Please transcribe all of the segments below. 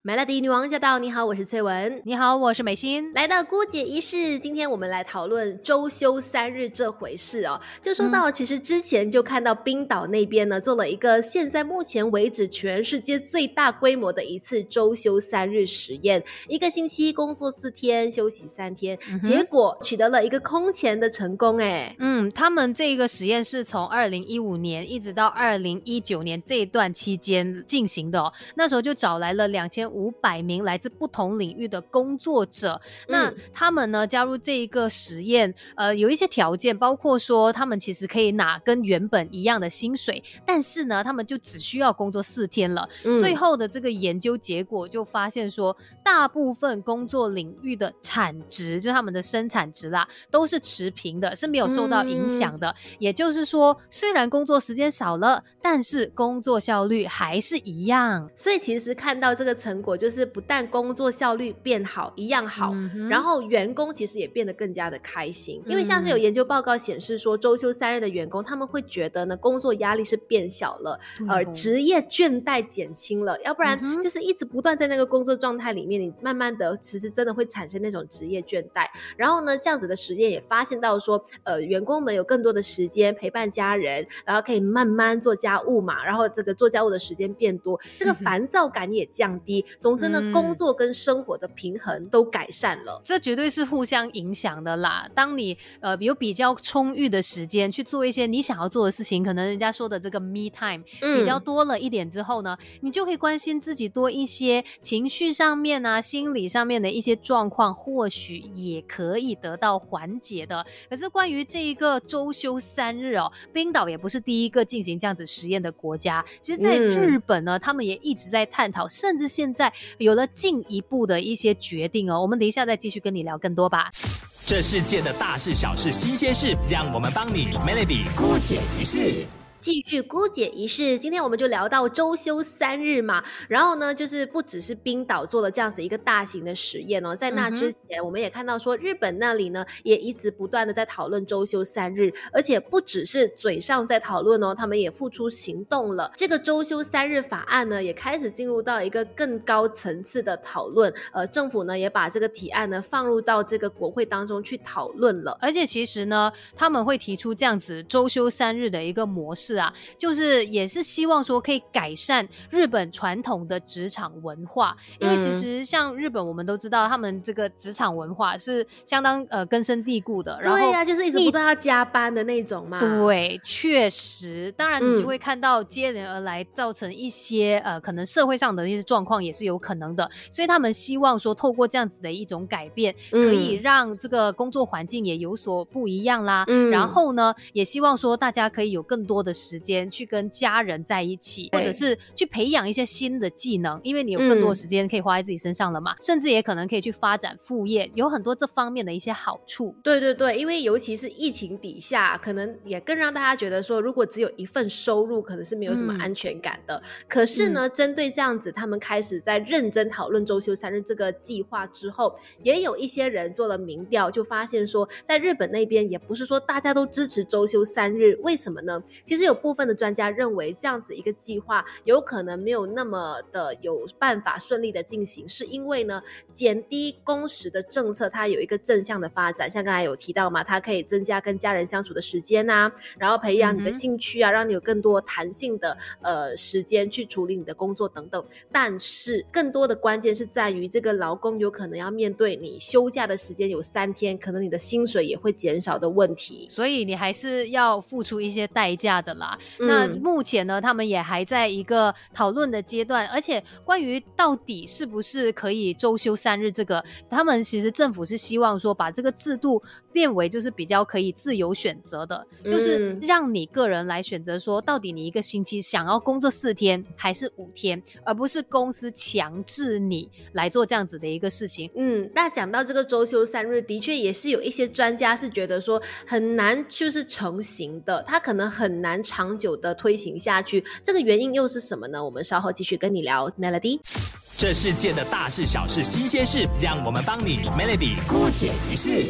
Melody 女王驾到！你好，我是翠文。 你好，我是美心。 来到姑姐仪式，今天我们来讨论周休3日这回事哦。就说到，其实之前就看到冰岛那边呢，做了一个现在目前为止全世界最大规模的一次周休3日实验，一个星期工作4天，休息3天，结果取得了一个空前的成功诶。 他们这个实验是从2015年一直到2019年这一段期间进行的哦。那时候就找来了2500名来自不同领域的工作者，那他们呢加入这一个实验，有一些条件，包括说他们其实可以拿跟原本一样的薪水，但是呢他们就只需要工作4天了。最后的这个研究结果就发现说，大部分工作领域的产值，就是他们的生产值啦，都是持平的，是没有受到影响的。也就是说，虽然工作时间少了，但是工作效率还是一样。 所以其实看到这个成果，就是不但工作效率变好，一样好，然后员工其实也变得更加的开心。因为像是有研究报告显示说，周休3日的员工他们会觉得呢，工作压力是变小了，职业倦怠减轻了，要不然就是一直不断在那个工作状态里面，你慢慢的其实真的会产生那种职业倦怠。然后呢，这样子的实验也发现到说，员工们有更多的时间陪伴家人，然后可以慢慢做家务嘛，然后这个做家务的时间变多，这个烦躁感也降低。总之呢，工作跟生活的平衡都改善了。 这绝对是互相影响的啦。当你有比较充裕的时间去做一些你想要做的事情，可能人家说的这个 me time 比较多了一点之后呢，你就可以关心自己多一些，情绪上面啊心理上面的一些状况或许也可以得到缓解的。可是关于这一个周休3日哦，冰岛也不是第一个进行这样子实验的国家。其实在日本呢，他们也一直在探讨，甚至现在有了进一步的一些决定哦。我们等一下再继续跟你聊更多吧。 这世界的大事小事新鲜事，让我们帮你 Melody 姑姐仪式。 继续姑姐仪式，今天我们就聊到周休3日嘛，然后呢，就是不只是冰岛做了这样子一个大型的实验哦，在那之前我们也看到说，日本那里呢也一直不断的在讨论周休3日，而且不只是嘴上在讨论哦，他们也付出行动了。这个周休3日法案呢，也开始进入到一个更高层次的讨论，政府呢也把这个提案呢放入到这个国会当中去讨论了。 而且其实呢，他们会提出这样子周休3日的一个模式啊，就是也是希望说可以改善日本传统的职场文化。因为其实像日本我们都知道，他们这个职场文化是相当根深蒂固的。然后对啊，就是一直不断要加班的那种嘛。 对，确实，当然你就会看到接连而来造成一些可能社会上的一些状况也是有可能的。所以他们希望说透过这样子的一种改变，可以让这个工作环境也有所不一样啦。然后呢，也希望说大家可以有更多的时间去跟家人在一起，或者是去培养一些新的技能，因为你有更多的时间可以花在自己身上了嘛，甚至也可能可以去发展副业，有很多这方面的一些好处。 对对对，因为尤其是疫情底下，可能也更让大家觉得说，如果只有一份收入，可能是没有什么安全感的。可是呢，针对这样子，他们开始在认真讨论周休3日这个计划之后，也有一些人做了民调，就发现说，在日本那边也不是说大家都支持周休3日，为什么呢？其实有部分的专家认为，这样子一个计划有可能没有那么的有办法顺利的进行，是因为呢，减低工时的政策它有一个正向的发展，像刚才有提到嘛，它可以增加跟家人相处的时间啊，然后培养你的兴趣啊，让你有更多弹性的时间去处理你的工作等等。但是更多的关键是在于，这个劳工有可能要面对你休假的时间有3天，可能你的薪水也会减少的问题， 所以你还是要付出一些代价的啦。那目前呢，他们也还在一个讨论的阶段，而且关于到底是不是可以周休3日这个，他们其实政府是希望说把这个制度变为就是比较可以自由选择的，就是让你个人来选择说到底你一个星期想要工作4天还是5天，而不是公司强制你来做这样子的一个事情。 那讲到这个周休3日，的确也是有一些专家是觉得说很难就是成型的，它可能很难长久的推行下去，这个原因又是什么呢？我们稍后继续跟你聊 Melody。 这世界的大事小事新鲜事，让我们帮你 Melody 姑姐仪式。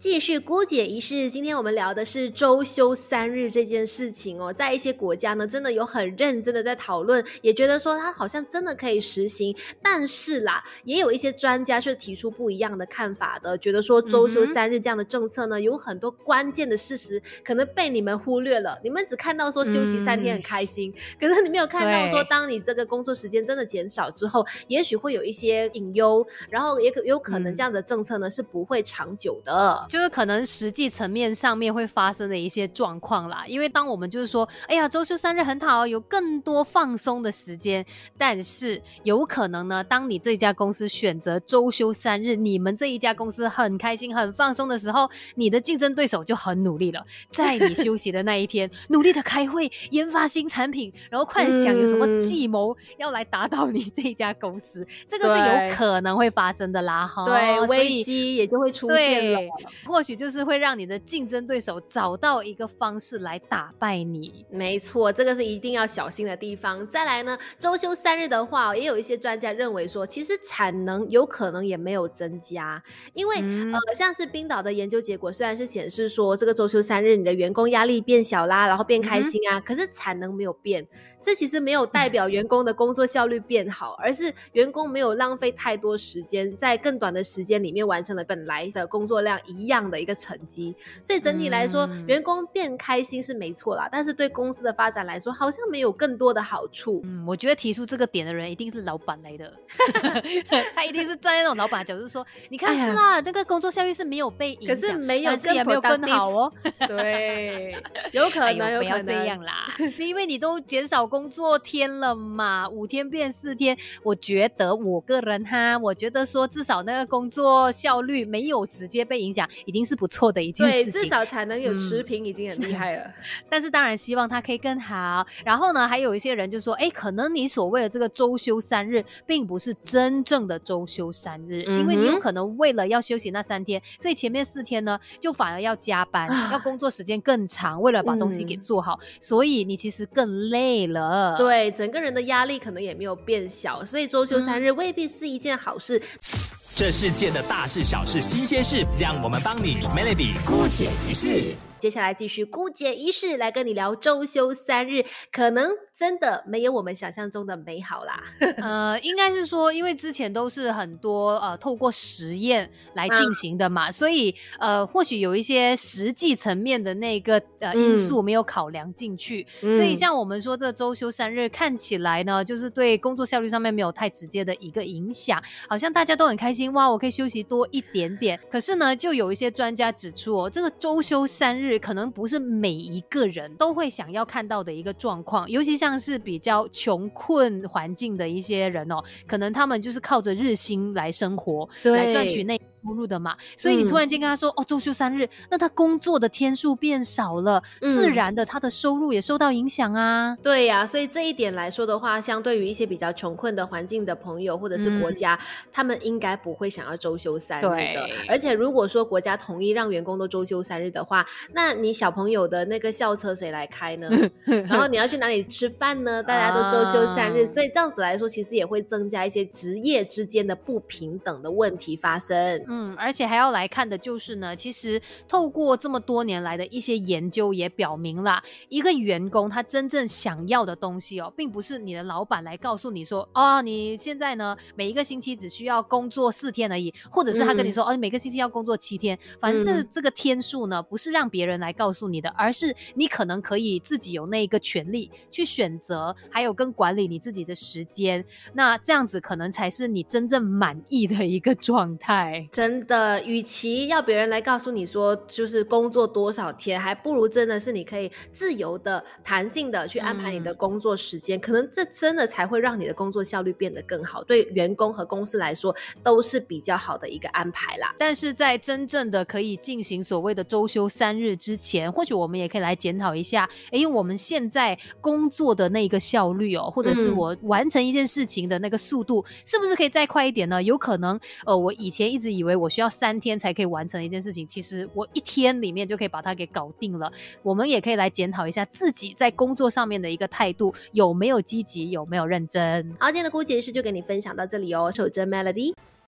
继续姑姐仪式，今天我们聊的是周休3日这件事情哦，在一些国家呢，真的有很认真的在讨论，也觉得说它好像真的可以实行，但是啦，也有一些专家是提出不一样的看法的，觉得说周休3日这样的政策呢，有很多关键的事实可能被你们忽略了，你们只看到说休息3天很开心，可是你没有看到说，当你这个工作时间真的减少之后，也许会有一些隐忧，然后也有可能这样的政策呢是不会长久的。 就是可能实际层面上面会发生的一些状况啦，因为当我们就是说哎呀周休3日很好，有更多放松的时间，但是有可能呢，当你这家公司选择周休3日，你们这一家公司很开心很放松的时候，你的竞争对手就很努力了，在你休息的那一天努力的开会研发新产品，然后幻想有什么计谋要来打倒你这一家公司，这个是有可能会发生的啦。 对，危机也就会出现了， 或许就是会让你的竞争对手找到一个方式来打败你。 没错，这个是一定要小心的地方。再来呢，周休3日的话，也有一些专家认为说，其实产能有可能也没有增加，因为像是冰岛的研究结果虽然是显示说这个周休3日你的员工压力变小啦，然后变开心啊，可是产能没有变，这其实没有代表员工的工作效率变好，而是员工没有浪费太多时间，在更短的时间里面完成了本来的工作量一样的一个成绩，所以整体来说员工变开心是没错啦，但是对公司的发展来说好像没有更多的好处。 我觉得提出这个点的人一定是老板来的他一定是站在那种老板的角度说你看是啦，这个工作效率是没有被影响， 可是没有也没有更好哦对，有可能不要这样啦因为你都减少工作天了嘛，5天变4天，我觉得我个人我觉得说至少那个工作效率没有直接被影响已经是不错的一件事情， 对，至少才能有持平已经很厉害了但是当然希望它可以更好。然后呢还有一些人就说可能你所谓的这个周休3日并不是真正的周休3日，因为你有可能为了要休息那3天，所以前面4天呢就反而要加班要工作时间更长，为了把东西给做好所以你其实更累了， 对，整个人的压力可能也没有变小，所以周休3日未必是一件好事。 这世界的大事小事新鲜事，让我们帮你 Melody 姑解一世。 接下来继续姑姐仪式来跟你聊周休3日，可能真的没有我们想象中的美好啦应该是说因为之前都是很多透过实验来进行的嘛，所以或许有一些实际层面的那个因素没有考量进去，所以像我们说这周休3日看起来呢就是对工作效率上面没有太直接的一个影响，好像大家都很开心，哇我可以休息多一点点，可是呢就有一些专家指出这个周休3日可能不是每一个人都会想要看到的一个状况，尤其像是比较穷困环境的一些人可能他们就是靠着日薪来生活，来赚取内收入的嘛，所以你突然间跟他说周休3日，那他工作的天数变少了，自然的他的收入也受到影响啊。 对呀，所以这一点来说的话，相对于一些比较穷困的环境的朋友或者是国家，他们应该不会想要周休3日的。而且如果说国家同意让员工都周休3日的话，那你小朋友的那个校车谁来开呢然后你要去哪里吃饭呢？大家都周休3日所以这样子来说其实也会增加一些职业之间的不平等的问题发生。 而且还要来看的就是呢，其实透过这么多年来的一些研究也表明啦，一个员工他真正想要的东西并不是你的老板来告诉你说你现在呢每一个星期只需要工作4天而已，或者是他跟你说你每个星期要工作7天，反正是这个天数呢不是让别人来告诉你的，而是你可能可以自己有那个权利去选择，还有跟管理你自己的时间，那这样子可能才是你真正满意的一个状态。 真的，与其要别人来告诉你说就是工作多少天，还不如真的是你可以自由的弹性的去安排你的工作时间，可能这真的才会让你的工作效率变得更好，对员工和公司来说都是比较好的一个安排啦。 但是在真正的可以进行所谓的周休3日之前，或许我们也可以来检讨一下我们现在工作的那个效率或者是我完成一件事情的那个速度是不是可以再快一点呢？有可能我以前一直以为我需要3天才可以完成一件事情，其实我1天里面就可以把它给搞定了。我们也可以来检讨一下自己在工作上面的一个态度有没有积极，有没有认真。 好，今天的姑姐仪式就跟你分享到这里守着 Melody。